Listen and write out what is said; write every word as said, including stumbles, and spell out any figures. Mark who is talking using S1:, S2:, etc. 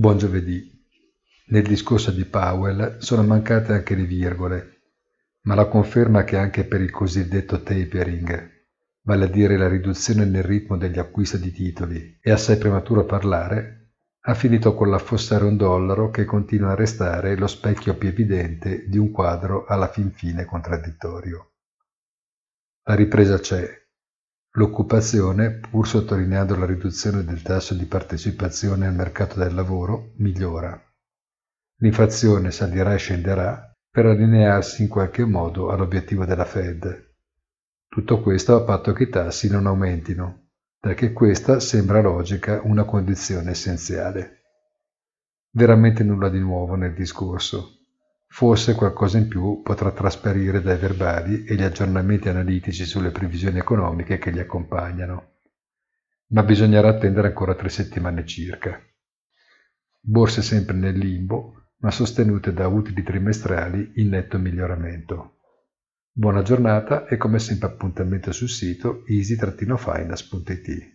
S1: Buon giovedì. Nel discorso di Powell sono mancate anche le virgole, ma la conferma che anche per il cosiddetto tapering, vale a dire la riduzione nel ritmo degli acquisti di titoli, è assai prematuro parlare, ha finito con l'affossare un dollaro che continua a restare lo specchio più evidente di un quadro alla fin fine contraddittorio. La ripresa c'è. L'occupazione, pur sottolineando la riduzione del tasso di partecipazione al mercato del lavoro, migliora. L'inflazione salirà e scenderà per allinearsi in qualche modo all'obiettivo della Fed. Tutto questo a patto che i tassi non aumentino, perché questa sembra logica una condizione essenziale. Veramente nulla di nuovo nel discorso. Forse qualcosa in più potrà trasparire dai verbali e gli aggiornamenti analitici sulle previsioni economiche che li accompagnano. Ma bisognerà attendere ancora tre settimane circa. Borse sempre nel limbo, ma sostenute da utili trimestrali in netto miglioramento. Buona giornata e come sempre appuntamento sul sito easy-finance punto it.